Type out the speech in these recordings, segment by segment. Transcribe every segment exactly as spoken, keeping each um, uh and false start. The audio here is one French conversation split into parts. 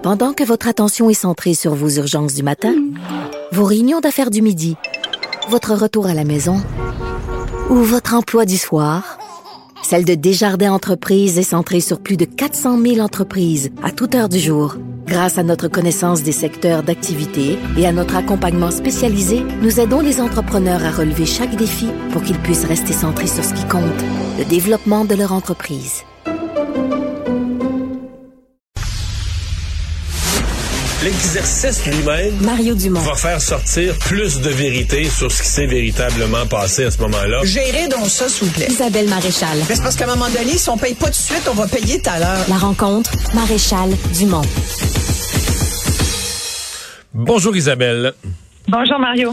Pendant que votre attention est centrée sur vos urgences du matin, vos réunions d'affaires du midi, votre retour à la maison ou votre emploi du soir, celle de Desjardins Entreprises est centrée sur plus de quatre cent mille entreprises à toute heure du jour. Grâce à notre connaissance des secteurs d'activité et à notre accompagnement spécialisé, nous aidons les entrepreneurs à relever chaque défi pour qu'ils puissent rester centrés sur ce qui compte, le développement de leur entreprise. L'exercice lui-même Mario Dumont va faire sortir plus de vérité sur ce qui s'est véritablement passé à ce moment-là. Gérez donc ça, s'il vous plaît. Isabelle Maréchal. Mais c'est parce qu'à un moment donné, si on paye pas tout de suite, on va payer tout à l'heure. La rencontre, Maréchal Dumont. Bonjour Isabelle. Bonjour Mario.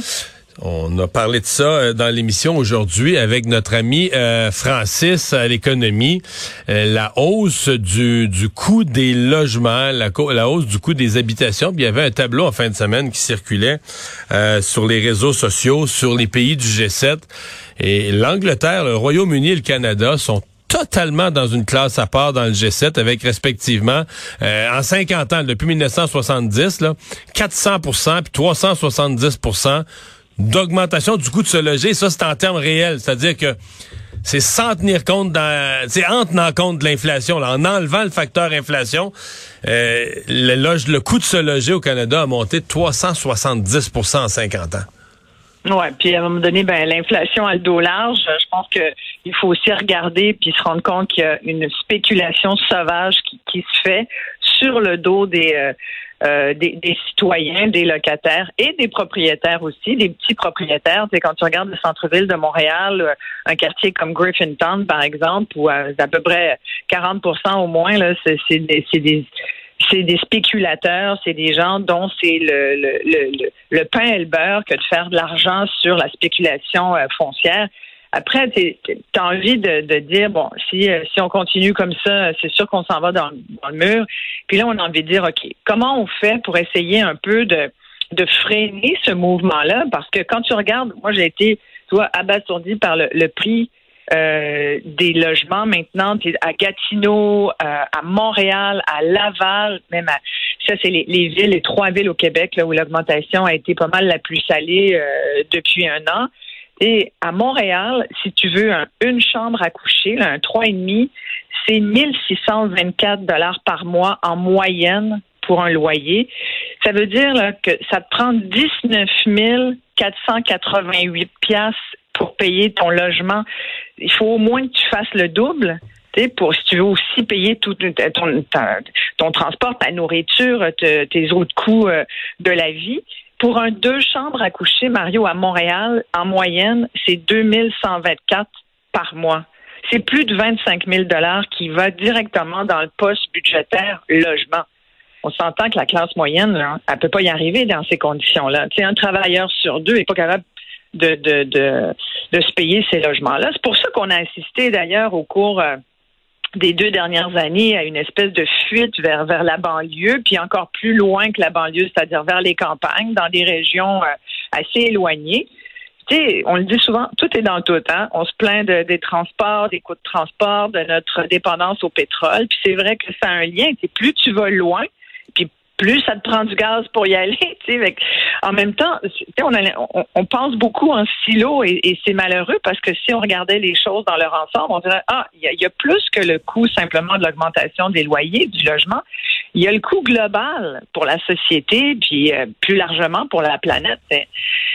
On a parlé de ça dans l'émission aujourd'hui avec notre ami euh, Francis à l'économie. Euh, la hausse du, du coût des logements, la, la hausse du coût des habitations. Puis il y avait un tableau en fin de semaine qui circulait euh, sur les réseaux sociaux, sur les pays du G sept. Et l'Angleterre, le Royaume-Uni et le Canada sont totalement dans une classe à part dans le G sept avec respectivement, euh, en cinquante ans, depuis dix-neuf cent soixante-dix, là, quatre cents pour cent puis trois cent soixante-dix pour cent d'augmentation du coût de se loger. Ça, c'est en termes réels. C'est-à-dire que c'est sans tenir compte, dans, c'est en tenant compte de l'inflation, là, en enlevant le facteur inflation, euh, le, loge, le coût de se loger au Canada a monté de trois cent soixante-dix pour cent en cinquante ans. Ouais, puis à un moment donné, ben l'inflation a le dos large. Je pense que il faut aussi regarder puis se rendre compte qu'il y a une spéculation sauvage qui, qui se fait sur le dos des euh, euh, des, des citoyens, des locataires et des propriétaires aussi, des petits propriétaires. Tu sais, quand tu regardes le centre-ville de Montréal, un quartier comme Griffintown, par exemple, où euh, à peu près quarante pour cent au moins, là, c'est, c'est des, c'est des c'est des spéculateurs, c'est des gens dont c'est le, le, le, le pain et le beurre que de faire de l'argent sur la spéculation euh, foncière. Après, tu as envie de, de dire, bon, si euh, si on continue comme ça, c'est sûr qu'on s'en va dans, dans le mur. Puis là, on a envie de dire, OK, comment on fait pour essayer un peu de, de freiner ce mouvement-là? Parce que quand tu regardes, moi, j'ai été, tu vois, abasourdi par le, le prix Euh, des logements maintenant à Gatineau, euh, à Montréal, à Laval, même à ça c'est les, les villes, les trois villes au Québec là où l'augmentation a été pas mal la plus salée euh, depuis un an. Et à Montréal, si tu veux un, une chambre à coucher, là, un trois et demi, c'est mille six cent vingt-quatre dollars par mois en moyenne pour un loyer. Ça veut dire là, que ça te prend dix-neuf mille quatre cent quatre-vingt-huit piastres pour payer ton logement. Il faut au moins que tu fasses le double, tu sais, pour si tu veux aussi payer tout ton, ton, ton transport, ta nourriture, te, tes autres coûts euh, de la vie. Pour un deux chambres à coucher, Mario, à Montréal, en moyenne, c'est deux mille cent vingt-quatre par mois. C'est plus de vingt-cinq mille dollars qui va directement dans le poste budgétaire logement. On s'entend que la classe moyenne, là, elle peut pas y arriver dans ces conditions-là. Tu sais, un travailleur sur deux est pas capable de, de, de, de se payer ces logements-là. C'est pour ça qu'on a assisté d'ailleurs au cours euh, des deux dernières années à une espèce de fuite vers, vers la banlieue, puis encore plus loin que la banlieue, c'est-à-dire vers les campagnes, dans des régions euh, assez éloignées. Tu sais, on le dit souvent, tout est dans tout, hein. On se plaint de, des transports, des coûts de transport, de notre dépendance au pétrole, puis c'est vrai que ça a un lien. Tu sais, plus tu vas loin, puis plus ça te prend du gaz pour y aller. Tu sais, en même temps, on, a, on, on pense beaucoup en silo et, et c'est malheureux parce que si on regardait les choses dans leur ensemble, on dirait, ah, il y, y a plus que le coût simplement de l'augmentation des loyers, du logement. Il y a le coût global pour la société, puis euh, plus largement pour la planète. T'sais.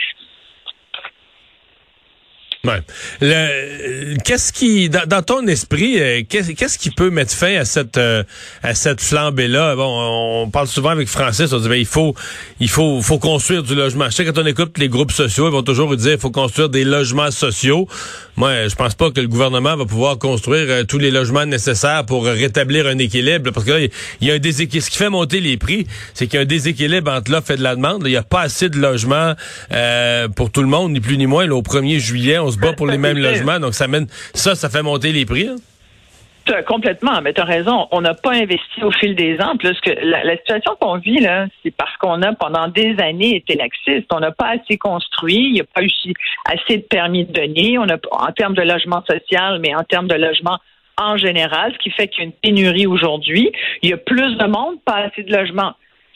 Ouais. Le, qu'est-ce qui, dans, dans ton esprit, euh, qu'est-ce, qu'est-ce qui peut mettre fin à cette euh, à cette flambée-là? Bon, on parle souvent avec Francis, on dit ben il faut il faut faut construire du logement. Je sais que quand on écoute les groupes sociaux, ils vont toujours dire il faut construire des logements sociaux. Moi, je pense pas que le gouvernement va pouvoir construire euh, tous les logements nécessaires pour euh, rétablir un équilibre, parce que là, il y a un déséquilibre. Ce qui fait monter les prix, c'est qu'il y a un déséquilibre entre l'offre et de la demande. Là, il y a pas assez de logements euh, pour tout le monde, ni plus ni moins. Là, au premier juillet, on se bat pour les mêmes logements, donc ça mène ça, ça fait monter les prix. Hein? Complètement, mais tu as raison. On n'a pas investi au fil des ans. Plus que la, la situation qu'on vit, là, c'est parce qu'on a pendant des années été laxiste. On n'a pas assez construit, il n'y a pas eu assez de permis de donner. On a, en termes de logement social, mais en termes de logement en général, ce qui fait qu'il y a une pénurie aujourd'hui. Il y a plus de monde, pas assez de logements.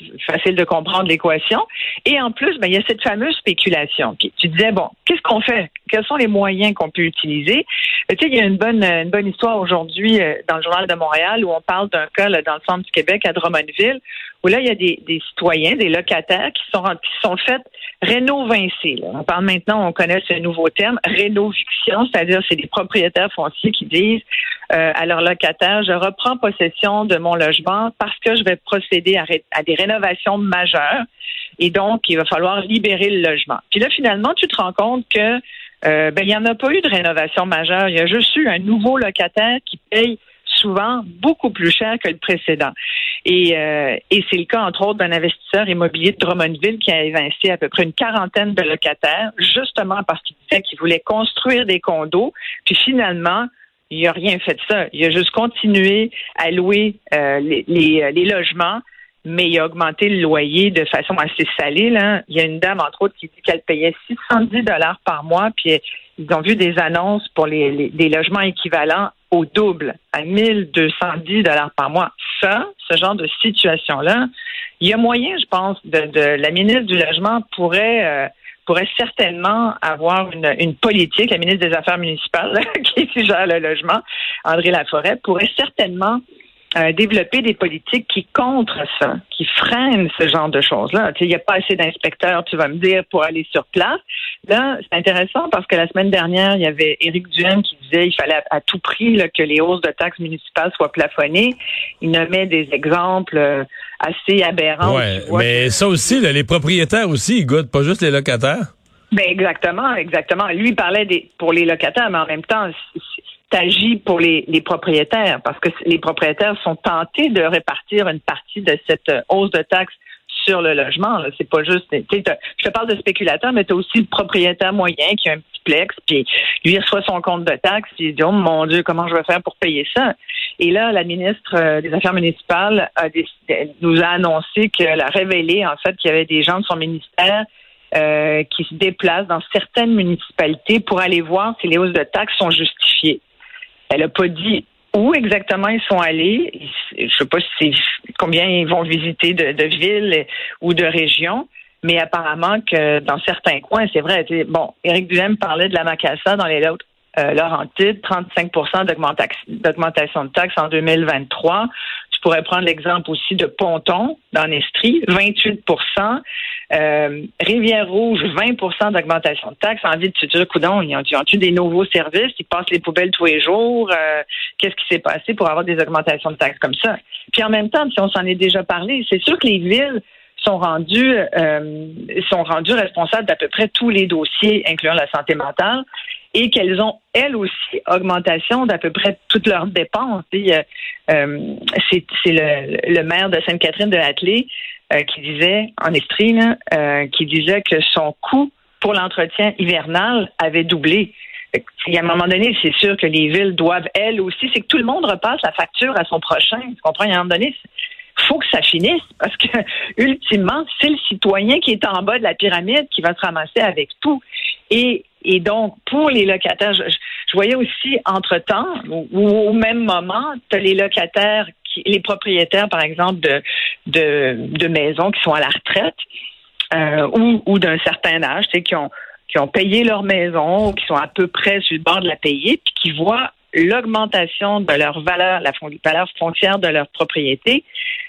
facile de comprendre l'équation. Et en plus, ben, il y a cette fameuse spéculation. Puis tu disais, bon, qu'est-ce qu'on fait? Quels sont les moyens qu'on peut utiliser? Tu sais, il y a une bonne, une bonne histoire aujourd'hui euh, dans le Journal de Montréal où on parle d'un cas là, dans le centre du Québec, à Drummondville, où là, il y a des, des citoyens, des locataires qui sont, qui sont faits rénovincer. Là. On parle maintenant, on connaît ce nouveau terme, rénoviction, c'est-à-dire c'est des propriétaires fonciers qui disent euh, à leurs locataires, je reprends possession de mon logement parce que je vais procéder à, ré- à des rénovations majeures et donc il va falloir libérer le logement. Puis là, finalement, tu te rends compte que euh, ben, il n'y en a pas eu de rénovation majeure. Il y a juste eu un nouveau locataire qui paye souvent beaucoup plus cher que le précédent. Et, euh, et c'est le cas, entre autres, d'un investisseur immobilier de Drummondville qui a évincé à peu près une quarantaine de locataires, justement parce qu'il disait qu'il voulait construire des condos. Puis finalement, il n'a rien fait de ça. Il a juste continué à louer euh, les, les, les logements, mais il a augmenté le loyer de façon assez salée. Là. Il y a une dame, entre autres, qui dit qu'elle payait six cent dix dollars par mois, puis ils ont vu des annonces pour les, les, les logements équivalents au double, à mille deux cent dix dollars par mois. Ça, ce genre de situation-là, il y a moyen, je pense, de, de la ministre du Logement pourrait euh, pourrait certainement avoir une, une politique, la ministre des Affaires municipales qui gère le logement, André Laforêt, pourrait certainement Euh, développer des politiques qui contrent ça, qui freinent ce genre de choses-là. Tu sais, il n'y a pas assez d'inspecteurs, tu vas me dire, pour aller sur place. Là, c'est intéressant parce que la semaine dernière, il y avait Éric Duhaime qui disait qu'il fallait à, à tout prix là, que les hausses de taxes municipales soient plafonnées. Il nommait des exemples euh, assez aberrants. Ouais, mais que... ça aussi, là, les propriétaires aussi, ils goûtent, pas juste les locataires. Ben exactement, exactement. Lui, il parlait des, pour les locataires, mais en même temps, t'agis pour les, les propriétaires, parce que les propriétaires sont tentés de répartir une partie de cette hausse de taxes sur le logement. Là. C'est pas juste... Je te parle de spéculateurs, mais tu as aussi le propriétaire moyen qui a un petit plex, puis lui, il reçoit son compte de taxes, puis il dit « Oh mon Dieu, comment je vais faire pour payer ça? » Et là, la ministre des Affaires municipales a décidé, nous a annoncé qu'elle a révélé, en fait, qu'il y avait des gens de son ministère euh, qui se déplacent dans certaines municipalités pour aller voir si les hausses de taxes sont justifiées. Elle n'a pas dit où exactement ils sont allés. Je ne sais pas si c'est combien ils vont visiter de, de villes ou de régions, mais apparemment que dans certains coins, c'est vrai. Bon, Éric Duhaime parlait de la Macassa dans les euh, Laurentides, trente-cinq pour cent d'augmentation, d'augmentation de taxes en deux mille vingt-trois. Tu pourrais prendre l'exemple aussi de Ponton, dans l'Estrie, vingt-huit pour cent. Euh, Rivière-Rouge, vingt pour cent d'augmentation de taxes. Envie de se dire, coudonc, ils ont eu des nouveaux services, ils passent les poubelles tous les jours. Euh, qu'est-ce qui s'est passé pour avoir des augmentations de taxes comme ça? Puis en même temps, si on s'en est déjà parlé, c'est sûr que les villes sont rendues euh, sont rendues responsables d'à peu près tous les dossiers, incluant la santé mentale, et qu'elles ont, elles aussi, augmentation d'à peu près toutes leurs dépenses. Euh, euh, c'est c'est le, le maire de Sainte-Catherine-de-Hatley euh, qui disait, en Estrie, là, euh, qui disait que son coût pour l'entretien hivernal avait doublé. Et à un moment donné, c'est sûr que les villes doivent, elles aussi, c'est que tout le monde repasse la facture à son prochain. Tu comprends? À un moment donné, il faut que ça finisse parce que, ultimement, c'est le citoyen qui est en bas de la pyramide qui va se ramasser avec tout. Et, et donc, pour les locataires, je, je voyais aussi, entre-temps, ou, ou au même moment, tu as les locataires, qui, les propriétaires, par exemple, de, de, de maisons qui sont à la retraite euh, ou, ou d'un certain âge, tu sais, qui ont qui ont payé leur maison ou qui sont à peu près sur le bord de la payer, puis qui voient l'augmentation de leur valeur, la valeur foncière de leur propriété.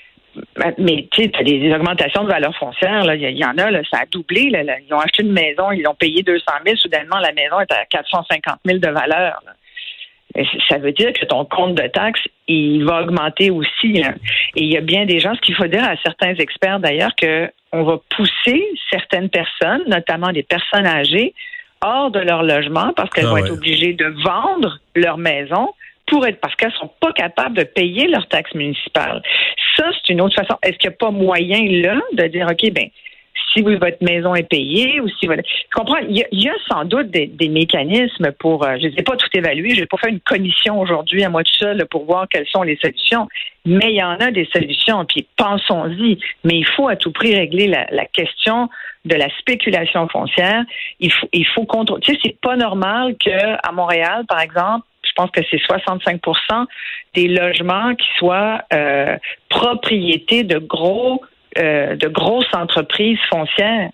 Mais tu sais, tu as des augmentations de valeur foncière, là, il y, y en a, là, ça a doublé. Là, là. Ils ont acheté une maison, ils ont payé deux cent mille, soudainement, la maison est à quatre cent cinquante mille de valeur. Là. Et ça veut dire que ton compte de taxes, il va augmenter aussi. Là. Et il y a bien des gens, ce qu'il faut dire à certains experts d'ailleurs, que on va pousser certaines personnes, notamment des personnes âgées, hors de leur logement parce qu'elles ah vont ouais. être obligées de vendre leur maison pour être parce qu'elles sont pas capables de payer leurs taxes municipales. Ça, c'est une autre façon. Est-ce qu'il n'y a pas moyen là de dire OK, ben si votre maison est payée ou si votre... Je comprends, il y a, il y a sans doute des, des mécanismes pour, euh, je ne sais pas tout évaluer, je n'ai pas fait une commission aujourd'hui à moi tout seul pour voir quelles sont les solutions, mais il y en a des solutions, puis pensons-y, mais il faut à tout prix régler la, la question de la spéculation foncière. Il faut, il faut contrôler. Tu sais, c'est pas normal qu'à Montréal, par exemple, je pense que c'est soixante-cinq pour cent des logements qui soient euh, propriétés de gros euh, de grosses entreprises foncières.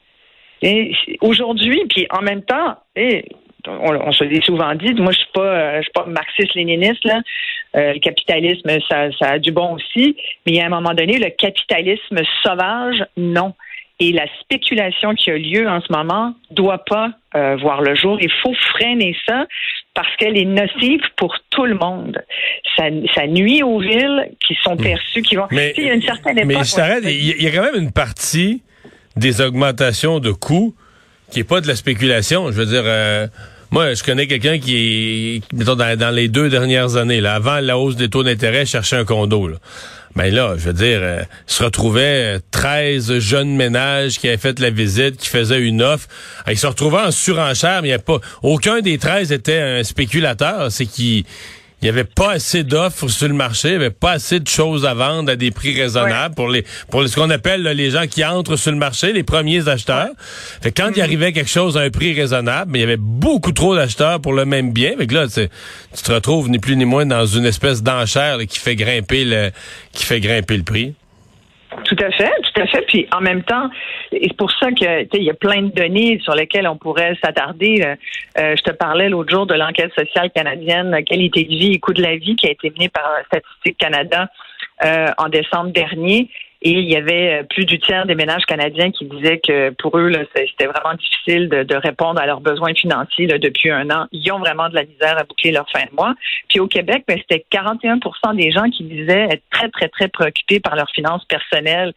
Et aujourd'hui, puis en même temps, et on, on se l'est souvent dit, moi je suis pas, euh, je suis pas marxiste-léniniste là. Euh, le capitalisme, ça, ça a du bon aussi, mais à un moment donné, le capitalisme sauvage, non. Et la spéculation qui a lieu en ce moment doit pas euh, voir le jour. Il faut freiner ça parce qu'elle est nocive pour tout le monde. Ça, ça nuit aux villes qui sont perçues, qui vont... Mais, il y a une certaine époque... Mais je t'arrête, il y, y a quand même une partie des augmentations de coûts qui est pas de la spéculation. Je veux dire... Euh, Moi, je connais quelqu'un qui est, mettons, dans, dans les deux dernières années, là, avant la hausse des taux d'intérêt, cherchait un condo, là. Ben là, je veux dire, euh, se retrouvait treize jeunes ménages qui avaient fait la visite, qui faisaient une offre. Ils se retrouvaient en surenchère, mais il n'y a pas, aucun des treize était un spéculateur. C'est qu'il il y avait pas assez d'offres sur le marché, il y avait pas assez de choses à vendre à des prix raisonnables ouais. pour les pour les, ce qu'on appelle là, les gens qui entrent sur le marché, les premiers acheteurs. Ouais. Fait que quand mm-hmm. il arrivait quelque chose à un prix raisonnable, mais il y avait beaucoup trop d'acheteurs pour le même bien. Fait que là, tu te retrouves ni plus ni moins dans une espèce d'enchère là, qui fait grimper le qui fait grimper le prix. Tout à fait, tout à fait. Puis en même temps, c'est pour ça que il y a plein de données sur lesquelles on pourrait s'attarder. Euh, je te parlais l'autre jour de l'enquête sociale canadienne Qualité de vie et coût de la vie qui a été menée par Statistique Canada euh, en décembre dernier. Et il y avait plus du tiers des ménages canadiens qui disaient que pour eux, là, c'était vraiment difficile de, de répondre à leurs besoins financiers là, depuis un an. Ils ont vraiment de la misère à boucler leur fin de mois. Puis au Québec, ben, c'était quarante et un pour cent des gens qui disaient être très, très, très préoccupés par leurs finances personnelles.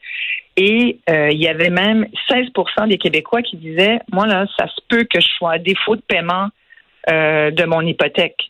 Et euh, il y avait même seize pour cent des Québécois qui disaient, moi, là, ça se peut que je sois à défaut de paiement euh, de mon hypothèque.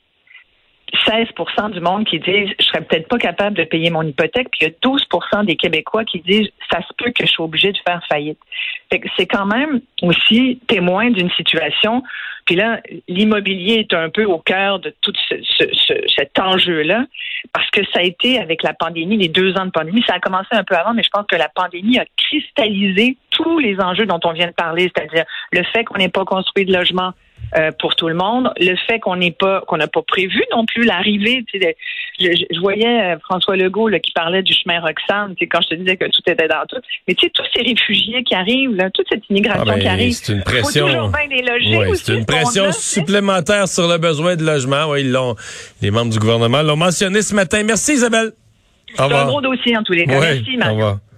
seize pour cent du monde qui disent je serais peut-être pas capable de payer mon hypothèque, puis il y a douze pour cent des Québécois qui disent ça se peut que je sois obligé de faire faillite. Fait que c'est quand même aussi témoin d'une situation. Puis là, l'immobilier est un peu au cœur de tout ce, ce, ce, cet enjeu-là, parce que ça a été avec la pandémie, les deux ans de pandémie, ça a commencé un peu avant, mais je pense que la pandémie a cristallisé tous les enjeux dont on vient de parler, c'est-à-dire le fait qu'on n'ait pas construit de logement Euh, pour tout le monde, le fait qu'on n'est pas qu'on n'a pas prévu non plus l'arrivée. Tu sais, je, je, je voyais euh, François Legault là, qui parlait du chemin Roxham, tu sais, quand je te disais que tout était dans tout. Mais tu sais, tous ces réfugiés qui arrivent, là, toute cette immigration ah ben, qui arrive, c'est une pression. Faut toujours bien les loger ouais, aussi. C'est une pression là, supplémentaire sur le besoin de logement. Oui, ils l'ont, les membres du gouvernement l'ont mentionné ce matin. Merci Isabelle. C'est un gros dossier en tous les cas. Ouais, merci Mario. Au revoir.